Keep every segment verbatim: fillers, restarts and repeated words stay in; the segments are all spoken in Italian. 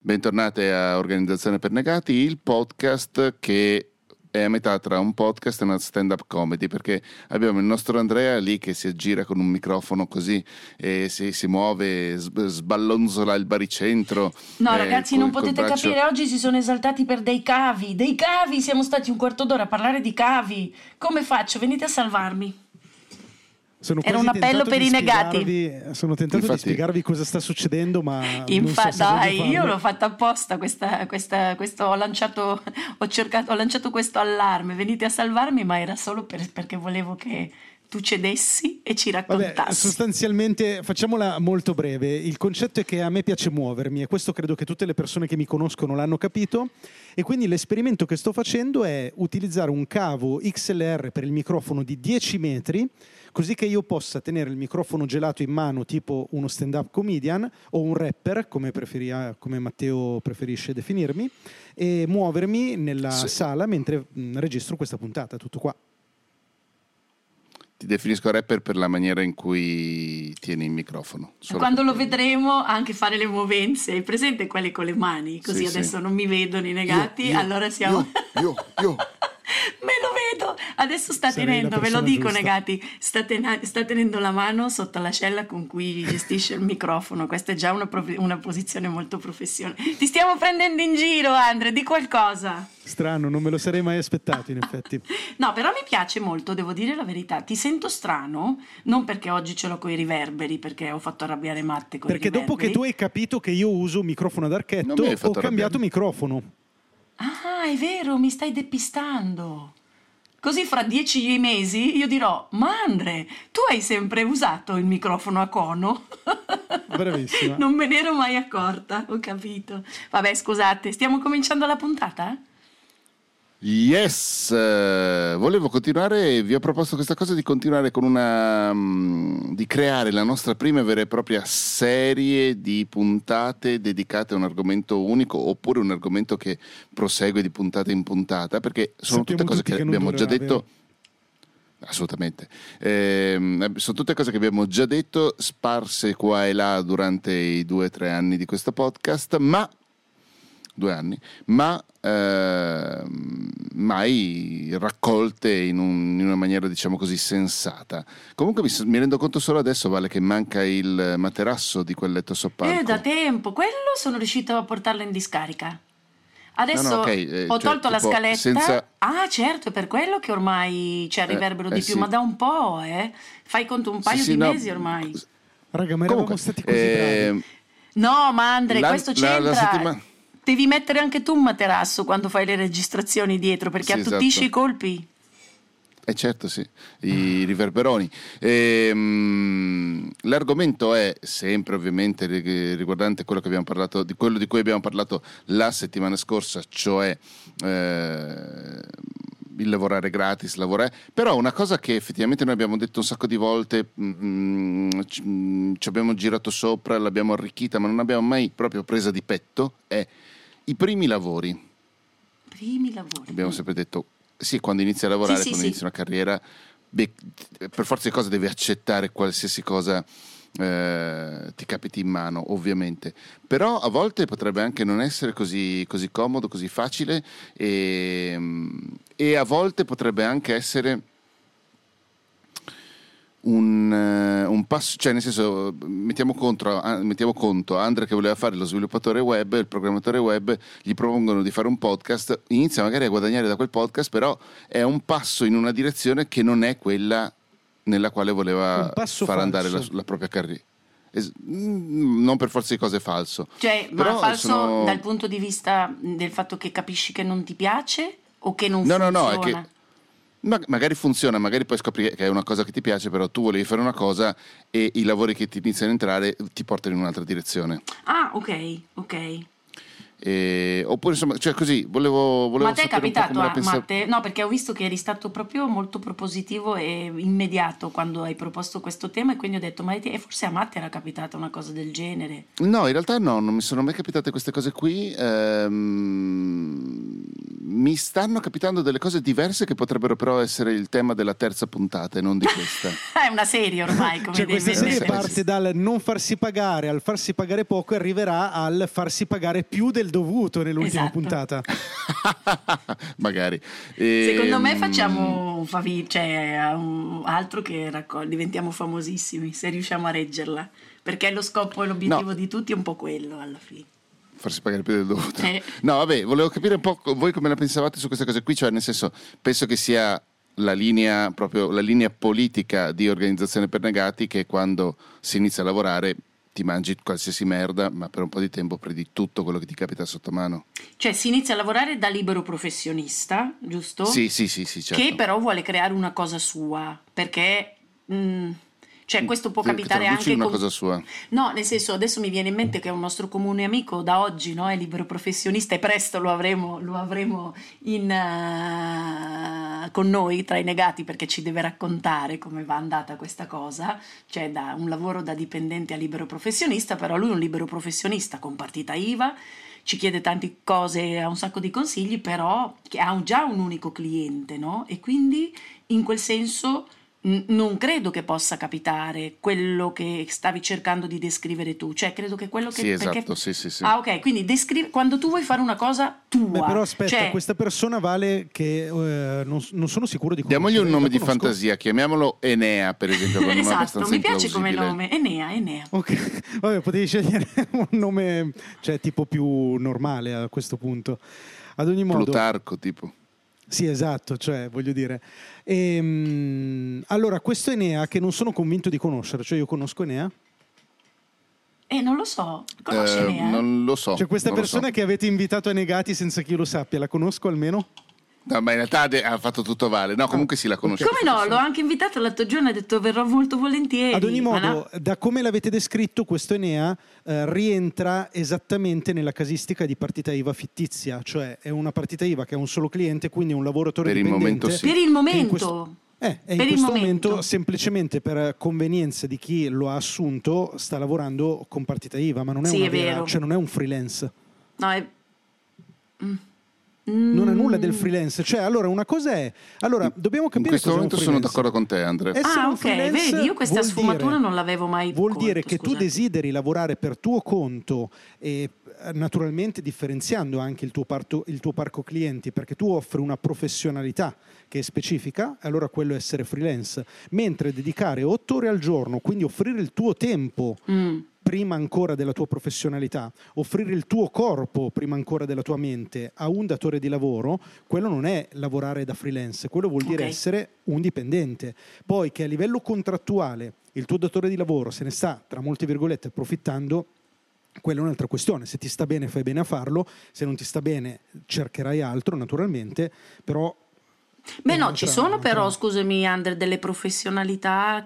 Bentornate a Organizzazione per Negati, il podcast che è a metà tra un podcast e una stand-up comedy, perché abbiamo il nostro Andrea lì che si aggira con un microfono così e si, si muove, sballonzola il baricentro. No eh, ragazzi, col, non potete braccio... capire, oggi si sono esaltati per dei cavi, dei cavi, siamo stati un quarto d'ora a parlare di cavi. Come faccio? Venite a salvarmi. Sono Era un appello per i negati. Sono tentato Infatti, di spiegarvi cosa sta succedendo, ma Infa- non so se dai, voglio io farlo. l'ho fatta apposta questa, questa, questo, ho lanciato ho cercato ho lanciato questo allarme, venite a salvarmi, ma era solo per, perché volevo che tu cedessi e ci raccontassi. Vabbè, sostanzialmente facciamola molto breve. Il concetto è che a me piace muovermi e questo credo che tutte le persone che mi conoscono l'hanno capito, e quindi l'esperimento che sto facendo è utilizzare un cavo X L R per il microfono di dieci metri, così che io possa tenere il microfono gelato in mano tipo uno stand-up comedian o un rapper, come, preferia, come Matteo preferisce definirmi, e muovermi nella sì. sala mentre mh, registro questa puntata. Tutto qua. Ti definisco rapper per la maniera in cui tieni il microfono. Quando lo vedremo anche fare le movenze, hai presente quelle con le mani? Così sì, adesso sì. non mi vedono i negati, io, io, allora siamo... Io, io, io. Me lo vedo, adesso sta Sarei tenendo, ve lo dico giusta. negati, sta, ten- sta tenendo la mano sotto l'ascella con cui gestisce il microfono. Questa è già una, prof- una posizione molto professionale. Ti stiamo prendendo in giro, Andre, di qualcosa. Strano, non me lo sarei mai aspettato in effetti. No, però mi piace molto, devo dire la verità. Ti sento strano, non perché oggi ce l'ho coi riverberi, perché ho fatto arrabbiare Matte con Perché i riverberi. dopo che tu hai capito che io uso un microfono ad Non archetto, mi hai ho fatto cambiato arrabbiare. microfono. Ah, è vero, mi stai depistando. Così fra dieci mesi io dirò: ma Andre, tu hai sempre usato il microfono a cono? Bravissima. Non me ne ero mai accorta, ho capito. Vabbè, scusate, stiamo cominciando la puntata? Yes, eh, volevo continuare e vi ho proposto questa cosa di continuare con una mm, di creare la nostra prima vera e propria serie di puntate dedicate a un argomento unico, oppure un argomento che prosegue di puntata in puntata, perché sono Sappiamo tutte cose tutti che, che non abbiamo già durerà, detto. Assolutamente. Ehm, sono tutte cose che abbiamo già detto, sparse qua e là durante i due o tre anni di questo podcast, ma due anni, ma eh, mai raccolte in, un, in una maniera, diciamo così, sensata. Comunque mi, mi rendo conto solo adesso, Vale, che manca il materasso di quel letto soppalco. Eh, da tempo, quello sono riuscito a portarlo in discarica. Adesso No, no, okay, eh, ho cioè, tolto la tipo, scaletta. senza... Ah, certo, è per quello che ormai c'è il Eh, riverbero eh, di più, sì. ma da un po', eh. Fai conto un paio Sì, sì, di no. mesi ormai. Raga, ma eravamo Comunque, stati così eh, bravi. No, ma Andre, la- questo la- la c'entra. settima- Devi mettere anche tu un materasso quando fai le registrazioni dietro, perché Sì, attutisci esatto. i colpi. Eh certo, sì, i riverberoni. Ehm, l'argomento è sempre ovviamente rig- riguardante quello che abbiamo parlato, di quello di cui abbiamo parlato la settimana scorsa, cioè eh, il lavorare gratis, lavorare. Però una cosa che effettivamente noi abbiamo detto un sacco di volte, mh, ci, mh, ci abbiamo girato sopra, l'abbiamo arricchita, ma non abbiamo mai proprio presa di petto, è i primi lavori. Primi lavori. Abbiamo sempre detto sì, quando inizi a lavorare, Sì, sì, quando sì. inizi una carriera, beh, per forza di cose devi accettare qualsiasi cosa eh, ti capiti in mano, ovviamente. Però a volte potrebbe anche non essere così, così comodo, così facile, e, e a volte potrebbe anche essere un, eh, un passo, cioè nel senso, mettiamo, contro, eh, mettiamo conto Andre che voleva fare lo sviluppatore web, il programmatore web, gli propongono di fare un podcast, inizia magari a guadagnare da quel podcast, però è un passo in una direzione che non è quella nella quale voleva Un passo far andare la, falso. la propria carriera. Es- mm, non per forza di cose è falso, Cioè, ma però falso sono- dal punto di vista del fatto che capisci che non ti piace o che non no no funziona? no è che ma- magari funziona, magari poi scopri che è una cosa che ti piace, però tu volevi fare una cosa e i lavori che ti iniziano a entrare ti portano in un'altra direzione. Ah, ok, ok. E, oppure insomma, cioè così, volevo, volevo Ma te è sapere un po' capitato, come la a- pensa- ma te- no, perché ho visto che eri stato proprio molto propositivo e immediato quando hai proposto questo tema e quindi ho detto, ma e forse a Matte era capitata una cosa del genere. No, in realtà no, non mi sono mai capitate queste cose qui. Ehm, mi stanno capitando delle cose diverse che potrebbero però essere il tema della terza puntata e non di questa. È una serie ormai, come Cioè dei questa serie vedete. parte dal non farsi pagare al farsi pagare poco e arriverà al farsi pagare più del dovuto nell'ultima Esatto. puntata. Magari. Secondo me Ehm, facciamo un favi- cioè, un altro che raccoglie, diventiamo famosissimi se riusciamo a reggerla, perché lo scopo e l'obiettivo No. di tutti è un po' quello alla fine. Farsi pagare più del dovuto. Eh. No, vabbè, volevo capire un po' co- voi come la pensavate su queste cose qui, cioè nel senso, penso che sia la linea proprio la linea politica di Organizzazione per Negati, che quando si inizia a lavorare ti mangi qualsiasi merda, ma per un po' di tempo prendi tutto quello che ti capita sotto mano. Cioè si inizia a lavorare da libero professionista, giusto? Sì, sì, sì, sì, certo. Che però vuole creare una cosa sua, perché mh, cioè questo può Che- che capitare traduci anche una con- cosa sua. No, nel senso, adesso mi viene in mente che un nostro comune amico da oggi, no, è libero professionista e presto lo avremo, lo avremo in, eh, con noi tra i negati, perché ci deve raccontare come va andata questa cosa, cioè da un lavoro da dipendente a libero professionista, però lui è un libero professionista con partita I V A, ci chiede tante cose, ha un sacco di consigli, però che ha un- già un unico cliente, no? E quindi in quel senso n- non credo che possa capitare quello che stavi cercando di descrivere tu, cioè credo che quello che... Sì, perché- esatto, sì, sì, sì. Ah, ok, quindi descri- quando tu vuoi fare una cosa tua, Beh, però aspetta, cioè, questa persona vale che eh, non, non sono sicuro di Diamogli un conoscere. nome La di conosco? fantasia, chiamiamolo Enea, per esempio, con un nome esatto, abbastanza mi piace come implausibile. nome, Enea, Enea. Ok, vabbè, potevi scegliere un nome, cioè tipo più normale a questo punto. Ad ogni modo, Plutarco, tipo. sì, esatto, cioè voglio dire. Ehm, allora, questo Enea che non sono convinto di conoscere, cioè io conosco Enea. Eh, non lo so, conosci Eh, Enea? non lo so. Cioè questa non lo so. persona che avete invitato a Negati senza che io lo sappia, la conosco almeno? No, ma in realtà de- ha fatto tutto vale. No, comunque sì, la conosco. Come no, l'ho anche invitato l'altro giorno e ha detto verrò molto volentieri. Ad ogni ma modo, no. da come l'avete descritto, questo Enea eh, rientra esattamente nella casistica di partita I V A fittizia, cioè è una partita I V A che ha un solo cliente, quindi un lavoratore Per il dipendente. momento sì. Per il che in momento, questo- Eh, e Per in il questo momento. momento, semplicemente per convenienza di chi lo ha assunto, sta lavorando con partita I V A, ma non è, Sì, una è vera- vero. cioè non è un freelance. no, è... Mm. Non ha nulla Mm. del freelance. Cioè, allora, una cosa è. Allora, dobbiamo In capire questo cos'è un momento sono freelance. d'accordo con te, Andre. Essere Ah, un ok, freelance vedi, io questa vuol sfumatura dire- non l'avevo mai Vuol colto, dire che tu scusate. desideri lavorare per tuo conto e eh, naturalmente differenziando anche il tuo, parto- il tuo parco clienti, perché tu offri una professionalità che è specifica, allora quello è essere freelance. Mentre dedicare otto ore al giorno, quindi offrire il tuo tempo Mm. prima ancora della tua professionalità, offrire il tuo corpo prima ancora della tua mente a un datore di lavoro, quello non è lavorare da freelance, quello vuol dire Ok. essere un dipendente. Poi che a livello contrattuale il tuo datore di lavoro se ne sta, tra molte virgolette, approfittando, quella è un'altra questione. Se ti sta bene fai bene a farlo, se non ti sta bene cercherai altro naturalmente, però Beh è no, un'altra- ci sono un'altra- però, scusami Andre, delle professionalità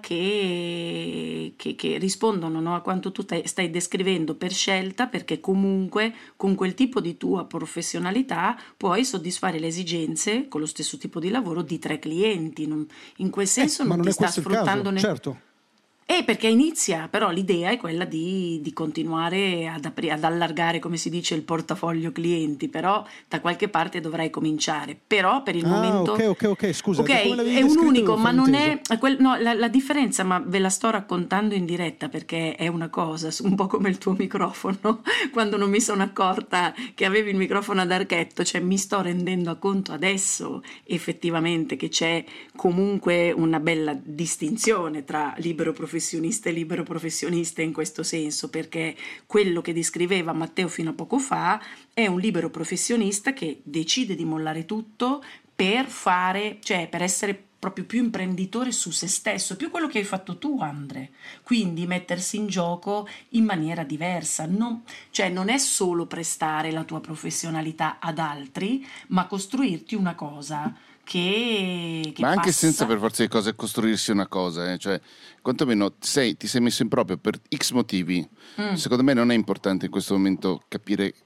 che, che- che rispondono, no, a quanto tu te- stai descrivendo per scelta, perché comunque con quel tipo di tua professionalità puoi soddisfare le esigenze con lo stesso tipo di lavoro di tre clienti. Non- in quel senso Eh, ma non, non ti è sta questo il sfruttando caso, ne- certo. Eh, perché inizia, però l'idea è quella di, di continuare ad, apri- ad allargare, come si dice, il portafoglio clienti, però da qualche parte dovrai cominciare. Però per il Ah, momento... ok, ok, ok, scusa, Ok, da come l'avevi è un descritto unico, avevo ma non è... frainteso. è quel- no, la, la differenza, ma ve la sto raccontando in diretta perché è una cosa, un po' come il tuo microfono, quando non mi sono accorta che avevi il microfono ad archetto, cioè mi sto rendendo conto adesso effettivamente che c'è comunque una bella distinzione tra libero professionista e libero professionista in questo senso, perché quello che descriveva Matteo fino a poco fa è un libero professionista che decide di mollare tutto per fare, cioè per essere proprio più imprenditore su se stesso, è più quello che hai fatto tu, Andre, quindi mettersi in gioco in maniera diversa, non, cioè non è solo prestare la tua professionalità ad altri, ma costruirti una cosa che, che Ma anche passa- senza per forza di cose costruirsi una cosa, eh. Cioè, quantomeno sei, ti sei messo in proprio per X motivi. Mm. Secondo me non è importante in questo momento capire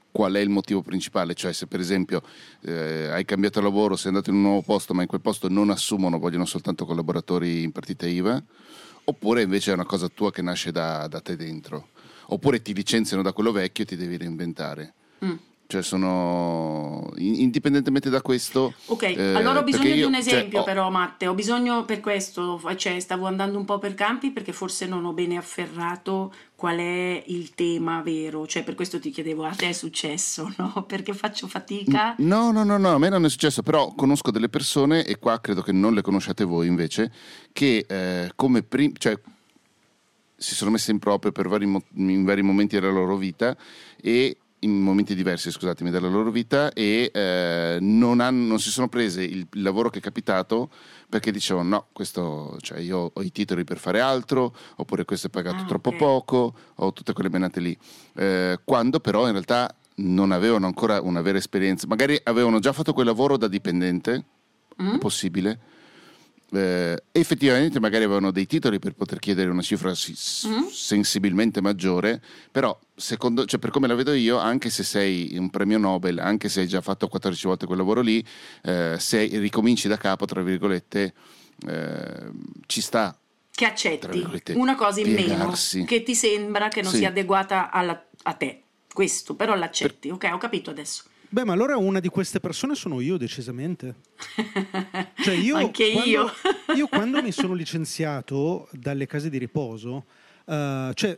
qual è il motivo principale, cioè se per esempio eh, hai cambiato lavoro, sei andato in un nuovo posto ma in quel posto non assumono, vogliono soltanto collaboratori in partita I V A, oppure invece è una cosa tua che nasce da, da te dentro, oppure ti licenziano da quello vecchio e ti devi reinventare. Mm. Cioè sono indipendentemente da questo. Ok, eh, allora ho bisogno io, di un esempio, cioè, però oh. Matte, ho bisogno per questo, cioè stavo andando un po' per campi perché forse non ho bene afferrato qual è il tema vero, cioè per questo ti chiedevo, a te è successo, no? Perché faccio fatica. No, no, no, no, a me non è successo, però conosco delle persone, e qua credo che non le conosciate voi invece, che eh, come prim- cioè si sono messe in proprio per vari mo- in vari momenti della loro vita e in momenti diversi, scusatemi, della loro vita, e eh, non, hanno, non si sono prese il, il lavoro che è capitato perché dicevano no, questo, cioè io ho i titoli per fare altro, oppure questo è pagato ah, troppo okay. poco, o tutte quelle menate lì, eh, quando però in realtà non avevano ancora una vera esperienza, magari avevano già fatto quel lavoro da dipendente, mm. è possibile, Eh, effettivamente magari avevano dei titoli per poter chiedere una cifra si- mm. sensibilmente maggiore, però secondo, cioè per come la vedo io, anche se sei un premio Nobel, anche se hai già fatto quattordici volte quel lavoro lì, eh, se ricominci da capo, tra virgolette, eh, ci sta che accetti una cosa in meno che ti sembra che non sì. sia adeguata alla, a te, questo però l'accetti. Per... ok, ho capito adesso. Beh, ma allora una di queste persone sono io, decisamente. Cioè io, Anche quando, io. io quando mi sono licenziato dalle case di riposo, uh, cioè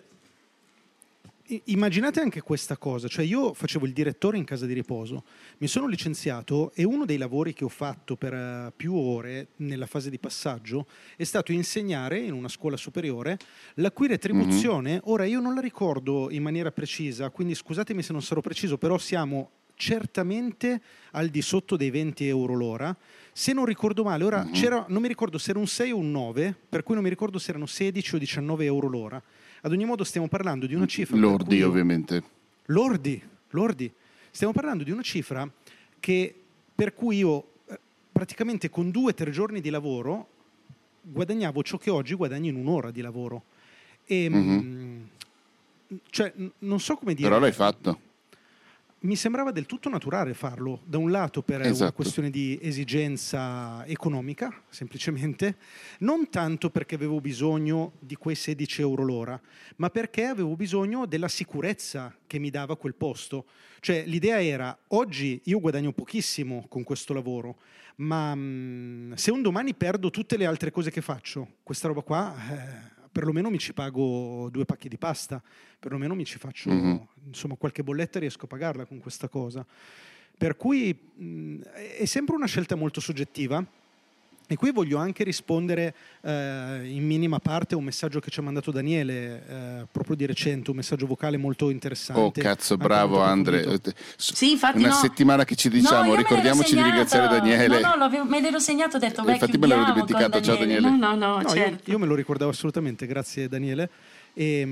immaginate anche questa cosa, cioè io facevo il direttore in casa di riposo, mi sono licenziato e uno dei lavori che ho fatto per uh, più ore nella fase di passaggio è stato insegnare in una scuola superiore, la cui retribuzione, mm-hmm. ora io non la ricordo in maniera precisa, quindi scusatemi se non sarò preciso, però siamo certamente al di sotto dei venti euro l'ora. Se non ricordo male, ora mm-hmm. c'era, non mi ricordo se era un sei o un nove, per cui non mi ricordo se erano sedici o diciannove euro l'ora. Ad ogni modo stiamo parlando di una cifra... Lordi, io, ovviamente. Lordi, lordi. Stiamo parlando di una cifra che, per cui io eh, praticamente con due o tre giorni di lavoro guadagnavo ciò che oggi guadagno in un'ora di lavoro. E, mm-hmm. mh, cioè, n- non so come dire... Però l'hai fatto. Mi sembrava del tutto naturale farlo, da un lato per esatto. una questione di esigenza economica, semplicemente, non tanto perché avevo bisogno di quei sedici euro l'ora, ma perché avevo bisogno della sicurezza che mi dava quel posto. Cioè l'idea era, oggi io guadagno pochissimo con questo lavoro, ma mh, se un domani perdo tutte le altre cose che faccio, questa roba qua... Eh, perlomeno mi ci pago due pacchi di pasta, perlomeno mi ci faccio mm-hmm. insomma qualche bolletta riesco a pagarla con questa cosa. Per cui mh, è sempre una scelta molto soggettiva. E qui voglio anche rispondere eh, in minima parte a un messaggio che ci ha mandato Daniele eh, proprio di recente, un messaggio vocale molto interessante. Oh cazzo, bravo Andre. Sì, infatti una no. settimana che ci diciamo, no, ricordiamoci di ringraziare Daniele. No, no, me l'ero segnato, ho detto beh, infatti me l'ero dimenticato, Daniele. Ciao Daniele. No, no, no, no certo. io, io me lo ricordavo assolutamente, grazie Daniele. E,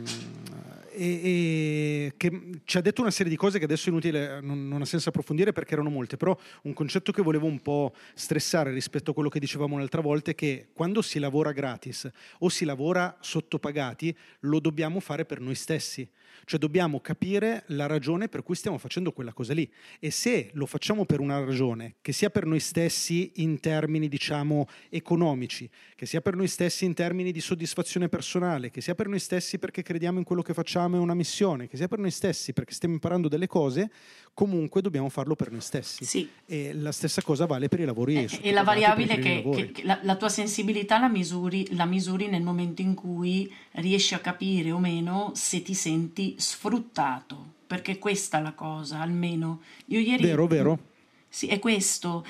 e, e che ci ha detto una serie di cose che adesso è inutile, non, non ha senso approfondire perché erano molte, però un concetto che volevo un po' stressare rispetto a quello che dicevamo l'altra volta è che quando si lavora gratis o si lavora sottopagati lo dobbiamo fare per noi stessi, cioè dobbiamo capire la ragione per cui stiamo facendo quella cosa lì, e se lo facciamo per una ragione che sia per noi stessi in termini diciamo economici, che sia per noi stessi in termini di soddisfazione personale, che sia per noi stessi perché crediamo in quello che facciamo, è una missione, che sia per noi stessi perché stiamo imparando delle cose, comunque dobbiamo farlo per noi stessi. Sì. E la stessa cosa vale per i lavori. E, e la variabile che, che, che la, la tua sensibilità la misuri, la misuri nel momento in cui riesci a capire o meno se ti senti sfruttato, perché questa è la cosa, almeno io ieri... Vero, vero. Sì, è questo,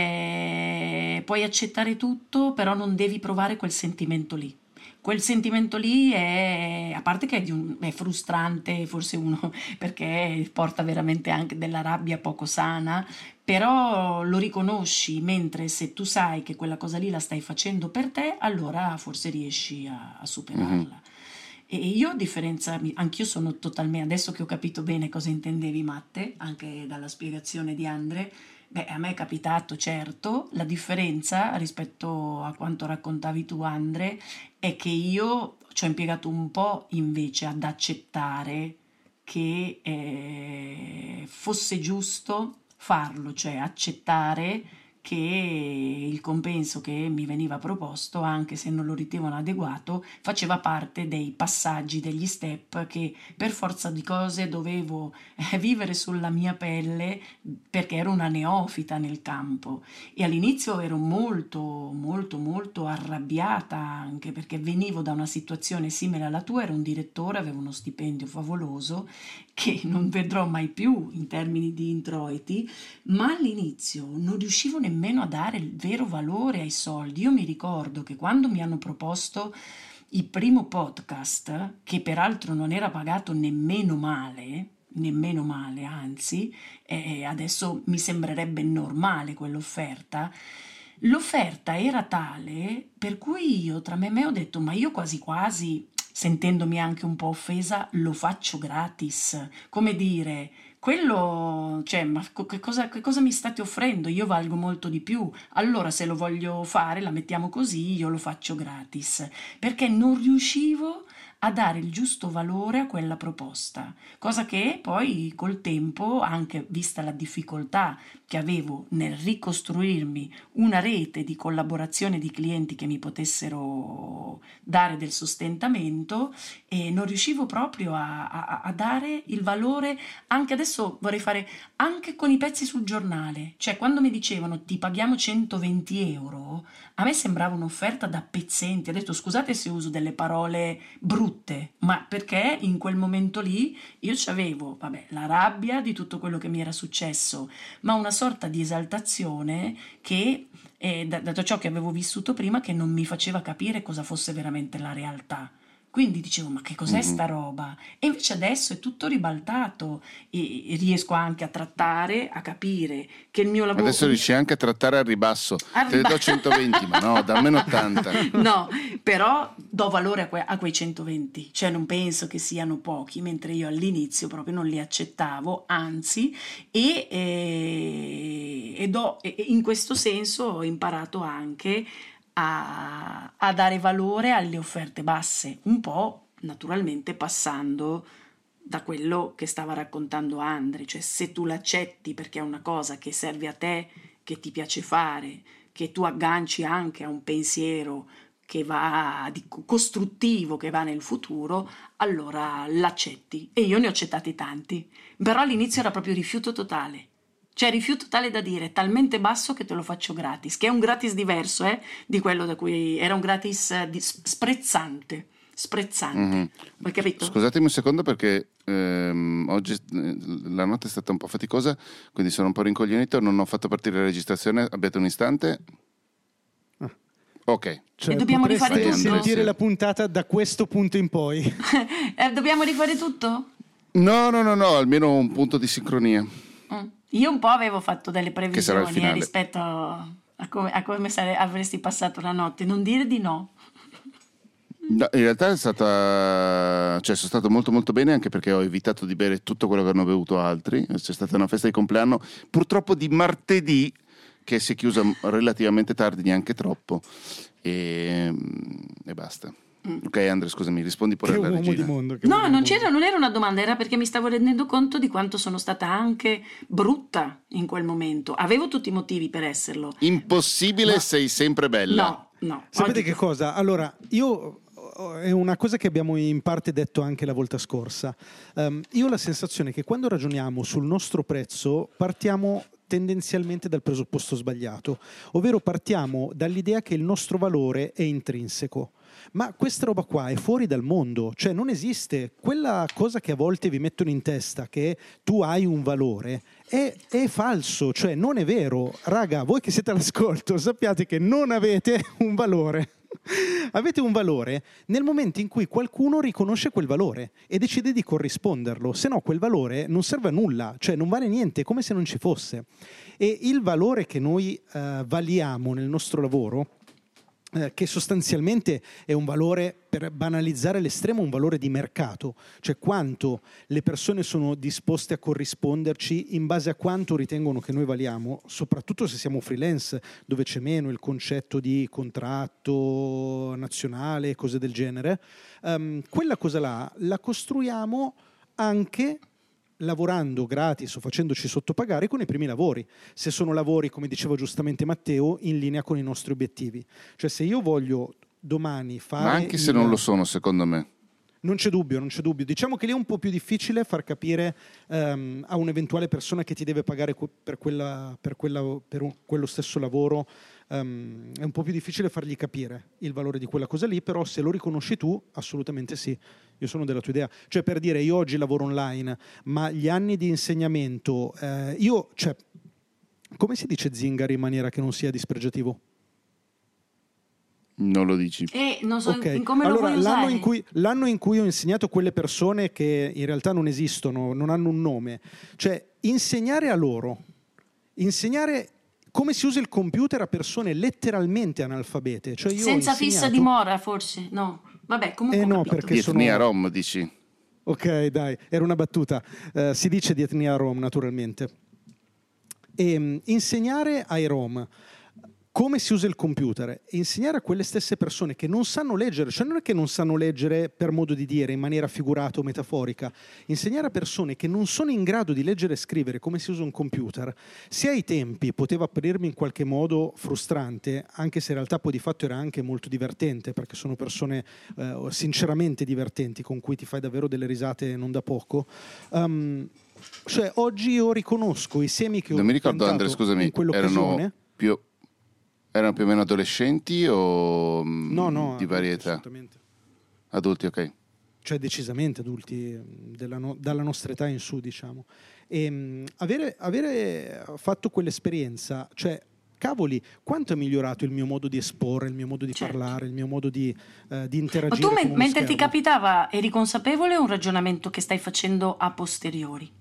cioè puoi accettare tutto, però non devi provare quel sentimento lì. Quel sentimento lì è, a parte che è, di un, è frustrante, forse uno, perché porta veramente anche della rabbia poco sana, però lo riconosci, mentre se tu sai che quella cosa lì la stai facendo per te, allora forse riesci a, a superarla. Mm-hmm. E io a differenza, anch'io sono totalmente, adesso che ho capito bene cosa intendevi Matte, anche dalla spiegazione di Andre, beh, a me è capitato, certo. La differenza rispetto a quanto raccontavi tu, Andre, è che io ci ho impiegato un po' invece ad accettare che eh, fosse giusto farlo, cioè accettare che il compenso che mi veniva proposto, anche se non lo ritenevano adeguato, faceva parte dei passaggi, degli step che per forza di cose dovevo eh, vivere sulla mia pelle, perché ero una neofita nel campo e all'inizio ero molto molto molto arrabbiata, anche perché venivo da una situazione simile alla tua, ero un direttore, avevo uno stipendio favoloso che non vedrò mai più in termini di introiti, ma all'inizio non riuscivo nemmeno a dare il vero valore ai soldi. Io mi ricordo che quando mi hanno proposto il primo podcast, che peraltro non era pagato nemmeno male, nemmeno male, anzi, eh, adesso mi sembrerebbe normale quell'offerta, l'offerta era tale per cui io tra me e me ho detto, ma io quasi quasi, sentendomi anche un po' offesa, lo faccio gratis, come dire, quello, cioè, ma che cosa, che cosa mi state offrendo? Io valgo molto di più, allora se lo voglio fare, la mettiamo così, io lo faccio gratis, perché non riuscivo a dare il giusto valore a quella proposta, cosa che poi col tempo, anche vista la difficoltà che avevo nel ricostruirmi una rete di collaborazione di clienti che mi potessero dare del sostentamento, e non riuscivo proprio a, a, a dare il valore. Anche adesso vorrei fare anche con i pezzi sul giornale, cioè quando mi dicevano ti paghiamo centoventi euro, a me sembrava un'offerta da pezzenti. Ho detto scusate se uso delle parole brutte, ma perché in quel momento lì io c'avevo, vabbè, la rabbia di tutto quello che mi era successo, ma una sorta di esaltazione che, eh, dato ciò che avevo vissuto prima, che non mi faceva capire cosa fosse veramente la realtà. Quindi dicevo, ma che cos'è sta roba? E invece adesso è tutto ribaltato e riesco anche a trattare, a capire che il mio lavoro... Adesso riesci anche a trattare al ribasso. Al Te ne riba- do centoventi, ma no, dammene ottanta. No, però do valore a, que- a quei centoventi, cioè non penso che siano pochi, mentre io all'inizio proprio non li accettavo, anzi, e, e, e, do, e in questo senso ho imparato anche A, a dare valore alle offerte basse, un po' naturalmente passando da quello che stava raccontando Andre, cioè se tu l'accetti perché è una cosa che serve a te, che ti piace fare, che tu agganci anche a un pensiero che va di costruttivo, che va nel futuro, allora l'accetti. E io ne ho accettati tanti, però all'inizio era proprio rifiuto totale. Cioè rifiuto tale da dire, talmente basso che te lo faccio gratis, che è un gratis diverso eh, di quello da cui era un gratis eh, di, sprezzante, sprezzante. Mm-hmm. Hai capito? Scusatemi un secondo perché ehm, oggi la notte è stata un po' faticosa, quindi sono un po' rincoglionito, non ho fatto partire la registrazione, abbiate un istante. Ah. Ok. Cioè, e dobbiamo rifare tutto? Sentire la puntata da questo punto in poi. eh, dobbiamo rifare tutto? No, no, no, no, almeno un punto di sincronia. Mm. Io un po' avevo fatto delle previsioni eh, rispetto a come, a come sare- avresti passato la notte. Non dire di no. No, in realtà è stata, cioè sono stato molto molto bene, anche perché ho evitato di bere tutto quello che hanno bevuto altri. C'è stata una festa di compleanno, purtroppo di martedì, che si è chiusa relativamente tardi, neanche troppo, e, e basta. Mm. Ok, Andre, scusami, rispondi pure alla regina. Di mondo, no, non, c'era, non era una domanda, era perché mi stavo rendendo conto di quanto sono stata anche brutta in quel momento. Avevo tutti i motivi per esserlo. Impossibile, ma... sei sempre bella. No, no. Sapete Oggi... che cosa? Allora, io... è una cosa che abbiamo in parte detto anche la volta scorsa. Um, io ho la sensazione che quando ragioniamo sul nostro prezzo partiamo tendenzialmente dal presupposto sbagliato, ovvero partiamo dall'idea che il nostro valore è intrinseco. Ma questa roba qua è fuori dal mondo, cioè non esiste. Quella cosa che a volte vi mettono in testa, che tu hai un valore, è, è falso, cioè non è vero. Raga, voi che siete all'ascolto sappiate che non avete un valore. Avete un valore nel momento in cui qualcuno riconosce quel valore e decide di corrisponderlo, se no quel valore non serve a nulla, cioè non vale niente, è come se non ci fosse. E il valore che noi uh, valiamo nel nostro lavoro, eh, che sostanzialmente è un valore, per banalizzare l'estremo, un valore di mercato, cioè quanto le persone sono disposte a corrisponderci in base a quanto ritengono che noi valiamo, soprattutto se siamo freelance, dove c'è meno il concetto di contratto nazionale e cose del genere. Um, quella cosa là la costruiamo anche lavorando gratis o facendoci sottopagare con i primi lavori, se sono lavori, come diceva giustamente Matteo, in linea con i nostri obiettivi. Cioè se io voglio domani fare... Ma anche se il... non lo sono, secondo me. Non c'è dubbio, non c'è dubbio. Diciamo che lì è un po' più difficile far capire um, a un'eventuale persona che ti deve pagare per, quella, per, quella, per un, quello stesso lavoro, um, è un po' più difficile fargli capire il valore di quella cosa lì, però se lo riconosci tu, assolutamente sì. Io sono della tua idea. Cioè, per dire, io oggi lavoro online, ma gli anni di insegnamento, eh, io, cioè, come si dice zingaro in maniera che non sia dispregiativo? Non lo dici. E non so okay. in come allora, lo vuoi l'anno usare. in, cui, l'anno in cui ho insegnato quelle persone che in realtà non esistono, non hanno un nome, cioè insegnare a loro, insegnare come si usa il computer a persone letteralmente analfabete. Cioè io senza insegnato... fissa dimora, forse? No. Vabbè, comunque eh ho no, capito. perché Di etnia sono... rom, dici? Ok, dai, era una battuta. Uh, si dice di etnia rom, naturalmente. E, um, insegnare ai rom come si usa il computer, insegnare a quelle stesse persone che non sanno leggere, cioè non è che non sanno leggere per modo di dire in maniera figurata o metaforica, insegnare a persone che non sono in grado di leggere e scrivere come si usa un computer, se ai tempi poteva apparirmi in qualche modo frustrante, anche se in realtà poi di fatto era anche molto divertente, perché sono persone eh, sinceramente divertenti con cui ti fai davvero delle risate non da poco. Um, cioè oggi io riconosco i semi che non ho mi ricordo, Andrea, scusami, in quell'occasione. Erano più Erano più o meno adolescenti o no, no, di varia età? Assolutamente. Adulti, ok. Cioè decisamente adulti della no, dalla nostra età in su, diciamo. E mh, avere, avere fatto quell'esperienza, cioè, cavoli, quanto è migliorato il mio modo di esporre, il mio modo di certo. parlare, il mio modo di, uh, di interagire. Ma tu con me- uno mentre schermo. ti capitava eri consapevole o è un ragionamento che stai facendo a posteriori?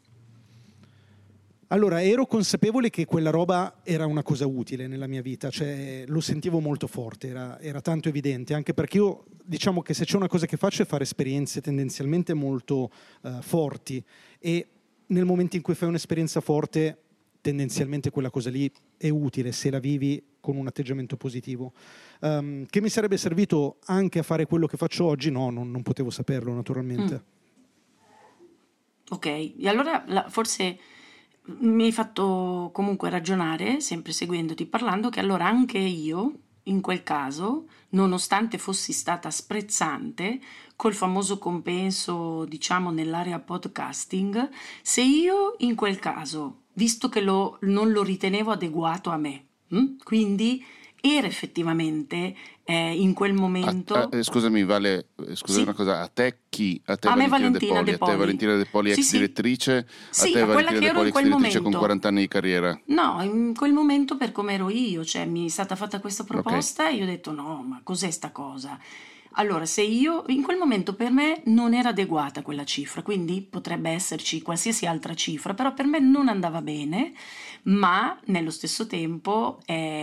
Allora, ero consapevole che quella roba era una cosa utile nella mia vita, cioè lo sentivo molto forte, era, era tanto evidente, anche perché io, diciamo che se c'è una cosa che faccio è fare esperienze tendenzialmente molto uh, forti, e nel momento in cui fai un'esperienza forte, tendenzialmente quella cosa lì è utile se la vivi con un atteggiamento positivo. Um, che mi sarebbe servito anche a fare quello che faccio oggi? No, non, non potevo saperlo, naturalmente. Mm. Ok, e allora la, forse... mi hai fatto comunque ragionare, sempre seguendoti parlando, che allora anche io, in quel caso, nonostante fossi stata sprezzante, col famoso compenso, diciamo, nell'area podcasting, se io in quel caso, visto che lo, non lo ritenevo adeguato a me, hm? quindi era effettivamente eh, in quel momento... A, a, scusami, Vale, scusami Sì. una cosa, a te chi? A te A me Valentina, Valentina De Poli, De a te Poli. Valentina De Poli, Sì, ex sì. direttrice, Sì, a te a quella Valentina che De ero Poli, in ex quel direttrice momento. con quaranta anni di carriera. No, in quel momento per come ero io, cioè mi è stata fatta questa proposta e io ho detto no, ma cos'è sta cosa? Allora, se io, in quel momento per me non era adeguata quella cifra, quindi potrebbe esserci qualsiasi altra cifra, però per me non andava bene, ma nello stesso tempo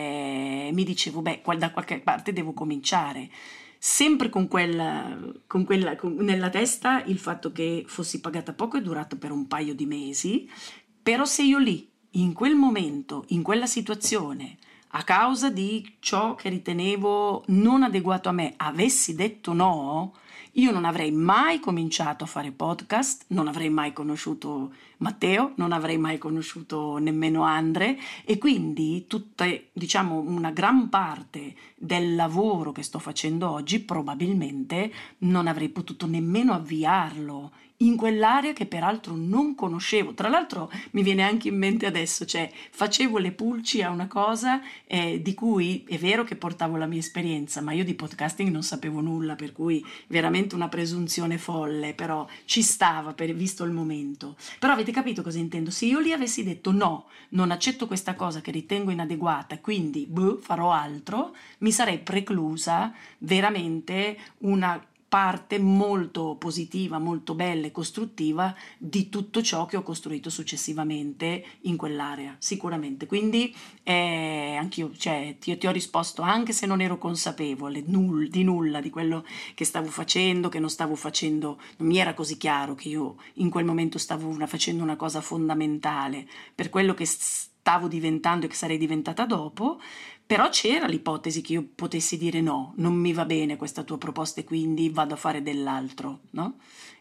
eh, mi dicevo, beh, qual- da qualche parte devo cominciare. Sempre con quella, con quella con- nella testa il fatto che fossi pagata poco è durato per un paio di mesi, però se io lì, in quel momento, in quella situazione, a causa di ciò che ritenevo non adeguato a me, avessi detto no, io non avrei mai cominciato a fare podcast, non avrei mai conosciuto Matteo, non avrei mai conosciuto nemmeno Andre, e quindi tutta, diciamo, una gran parte del lavoro che sto facendo oggi probabilmente non avrei potuto nemmeno avviarlo in quell'area che peraltro non conoscevo. Tra l'altro mi viene anche in mente adesso, cioè facevo le pulci a una cosa eh, di cui è vero che portavo la mia esperienza, ma io di podcasting non sapevo nulla, per cui veramente una presunzione folle, però ci stava per, visto il momento. Però avete capito cosa intendo? Se io lì avessi detto no, non accetto questa cosa che ritengo inadeguata, quindi boh, farò altro, mi sarei preclusa veramente una parte molto positiva, molto bella e costruttiva di tutto ciò che ho costruito successivamente in quell'area, sicuramente. Quindi eh, anch'io, cioè, ti, ti ho risposto anche se non ero consapevole null, di nulla di quello che stavo facendo, che non stavo facendo, non mi era così chiaro che io in quel momento stavo una, facendo una cosa fondamentale per quello che stavo diventando e che sarei diventata dopo. Però c'era l'ipotesi che io potessi dire no, non mi va bene questa tua proposta e quindi vado a fare dell'altro, no?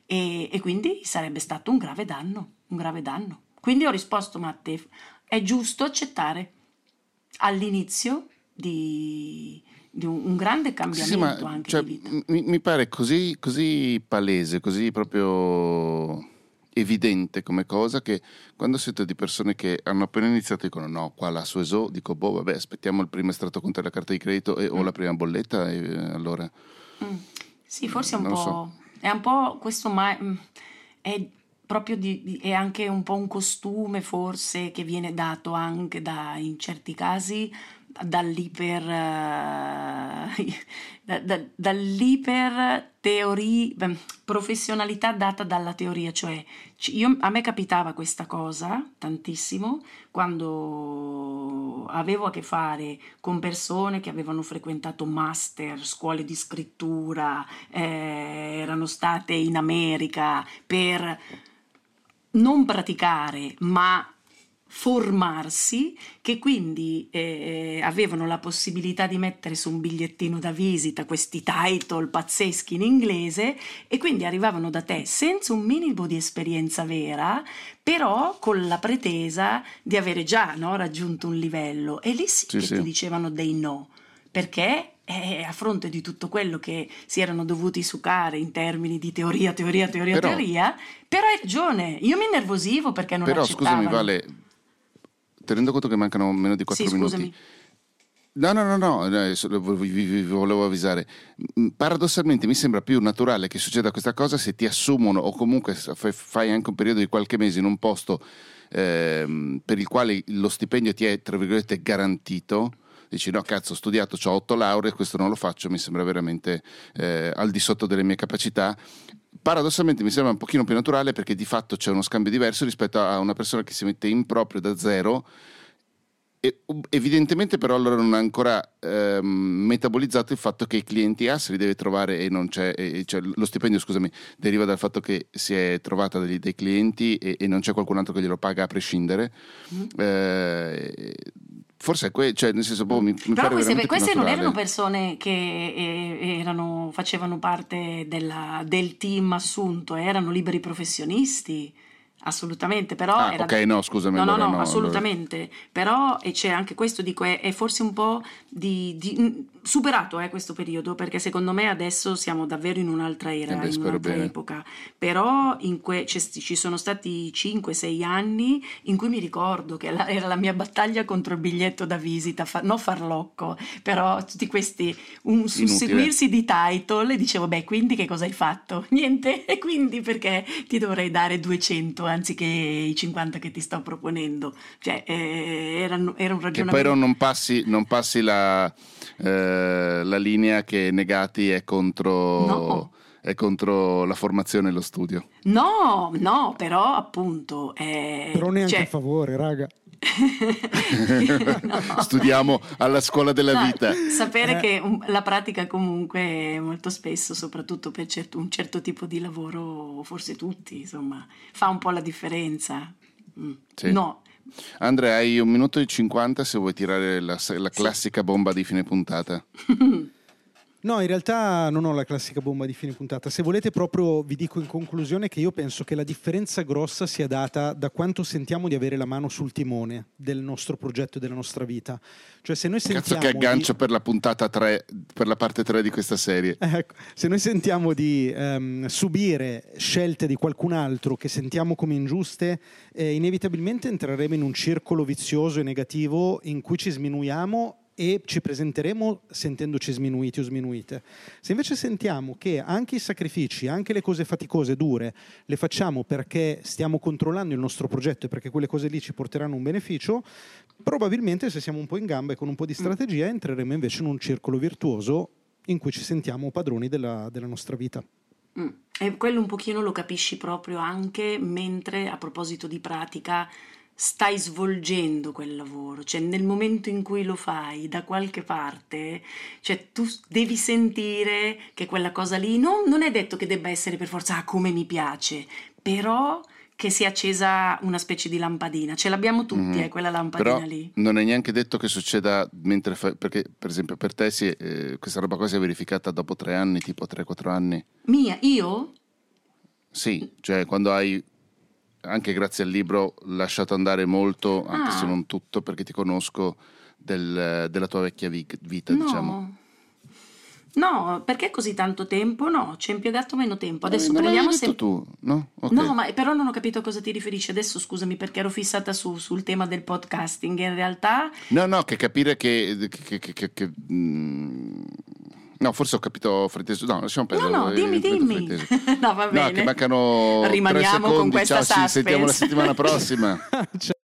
e, e quindi sarebbe stato un grave danno, un grave danno. Quindi ho risposto, ma a te è giusto accettare all'inizio di, di un, un grande cambiamento, sì, sì, ma, anche cioè, di vita. Mi, mi pare così, così palese, così proprio evidente come cosa, che quando sento di persone che hanno appena iniziato dicono no, qua la sua E S O, dico boh, vabbè, aspettiamo il primo estratto conto della carta di credito e, mm. o la prima bolletta e allora mm. Sì, forse è un non po' so. è un po' questo, ma è proprio di, di- è anche un po' un costume forse che viene dato anche da, in certi casi dall'iper eh, da- da- dall'iper teoria, beh, professionalità data dalla teoria, cioè ci- io, a me capitava questa cosa tantissimo quando avevo a che fare con persone che avevano frequentato master, scuole di scrittura, eh, erano state in America per non praticare, ma formarsi, che quindi eh, avevano la possibilità di mettere su un bigliettino da visita questi title pazzeschi in inglese e quindi arrivavano da te senza un minimo di esperienza vera, però con la pretesa di avere già, no, raggiunto un livello, e lì sì, Sì, che sì. ti dicevano dei no, perché eh, a fronte di tutto quello che si erano dovuti sucare in termini di teoria, teoria, teoria, Però, teoria, però hai ragione, io mi innervosivo perché non però accettavano. scusami Vale, tenendo conto che mancano meno di quattro Sì, minuti. scusami. No, no, no, no, eh, solo vi, vi- vi volevo avvisare. Mm, Paradossalmente mi sembra più naturale che succeda questa cosa se ti assumono o comunque s- fai fai anche un periodo di qualche mese in un posto ehm, per il quale lo stipendio ti è, tra virgolette, garantito. Dici no, cazzo, ho studiato, ho otto lauree, questo non lo faccio, mi sembra veramente eh, al di sotto delle mie capacità. Paradossalmente mi sembra un pochino più naturale perché di fatto c'è uno scambio diverso rispetto a una persona che si mette in proprio da zero. E, evidentemente però allora non ha ancora ehm, metabolizzato il fatto che i clienti A se li deve trovare e non c'è, e, cioè lo stipendio, scusami, deriva dal fatto che si è trovata degli, dei clienti e, e non c'è qualcun altro che glielo paga a prescindere. Mm. Eh, forse è que- cioè nel senso boh, Mm. mi, mi Però pare queste, veramente più queste non naturale. erano persone che eh, erano, facevano parte della- del team assunto, eh, erano liberi professionisti, assolutamente, però Ah, era... ok, no, scusami, No, no, allora no, no, allora. assolutamente, però e c'è anche questo, dico, è, è forse un po' di, di- mh, superato eh, questo periodo, perché secondo me adesso siamo davvero in un'altra Eh era, beh, in spero un'altra bene. epoca, però in que- c'è- ci sono stati cinque sei anni in cui mi ricordo che la- era la mia battaglia contro il biglietto da visita, fa- no farlocco, però tutti questi, un Inutile. susseguirsi di title, e dicevo, beh, quindi che cosa hai fatto? Niente, e quindi perché ti dovrei dare duecento anziché i cinquanta che ti sto proponendo? Cioè, eh, era, era un Che poi ragionamento... non passi, non passi la, eh, la linea che Negati è contro, No, è contro la formazione e lo studio. no, no, però appunto, eh, Però neanche a cioè... favore, raga. No. Studiamo alla scuola della No, vita. sapere Eh, che un- la pratica comunque molto spesso, soprattutto per certo- un certo tipo di lavoro, forse tutti, insomma, fa un po' la differenza. Mm. Sì. No, Andrea, hai un minuto e cinquanta se vuoi tirare la, la sì. classica bomba di fine puntata. No, in realtà non ho la classica bomba di fine puntata. Se volete proprio vi dico in conclusione che io penso che la differenza grossa sia data da quanto sentiamo di avere la mano sul timone del nostro progetto e della nostra vita. Cioè se noi Cazzo sentiamo che aggancio di... per la puntata tre, per la parte tre di questa serie. Ecco, se noi sentiamo di ehm, subire scelte di qualcun altro che sentiamo come ingiuste, eh, inevitabilmente entreremo in un circolo vizioso e negativo in cui ci sminuiamo e ci presenteremo sentendoci sminuiti o sminuite. Se invece sentiamo che anche i sacrifici, anche le cose faticose, dure, le facciamo perché stiamo controllando il nostro progetto e perché quelle cose lì ci porteranno un beneficio, probabilmente se siamo un po' in gamba e con un po' di strategia entreremo invece in un circolo virtuoso in cui ci sentiamo padroni della, della nostra vita. Mm. E quello un pochino lo capisci proprio anche mentre, a proposito di pratica, stai svolgendo quel lavoro, cioè nel momento in cui lo fai da qualche parte, cioè tu s- devi sentire che quella cosa lì non, non è detto che debba essere per forza "Ah, come mi piace", però che sia accesa una specie di lampadina, ce l'abbiamo tutti, Mhm. eh, quella lampadina Però lì. non è neanche detto che succeda mentre fai, perché per esempio per te si, eh, questa roba qua si è verificata dopo tre anni, tipo tre quattro anni. Mia, io? Sì, cioè quando hai, anche grazie al libro, lasciato andare molto, anche Ah. se non tutto, perché ti conosco, del- della tua vecchia vi- vita, No. diciamo. No, perché così tanto tempo? No, ci hai impiegato meno tempo. Adesso Eh, non prendiamo l'avevi detto sempre. tu, no? Ok. No, ma però non ho capito a cosa ti riferisci. Adesso scusami perché ero fissata su- sul tema del podcasting. In realtà, No, no, che capire che... che- che- che- che, mm, no, forse ho capito frainteso. No, lasciamo no, perdere. no, eh, dimmi, ripeto dimmi. frainteso. No, va No, bene. che mancano tre Rimaniamo secondi. con questa Ciao, ci sentiamo la suspense. settimana prossima.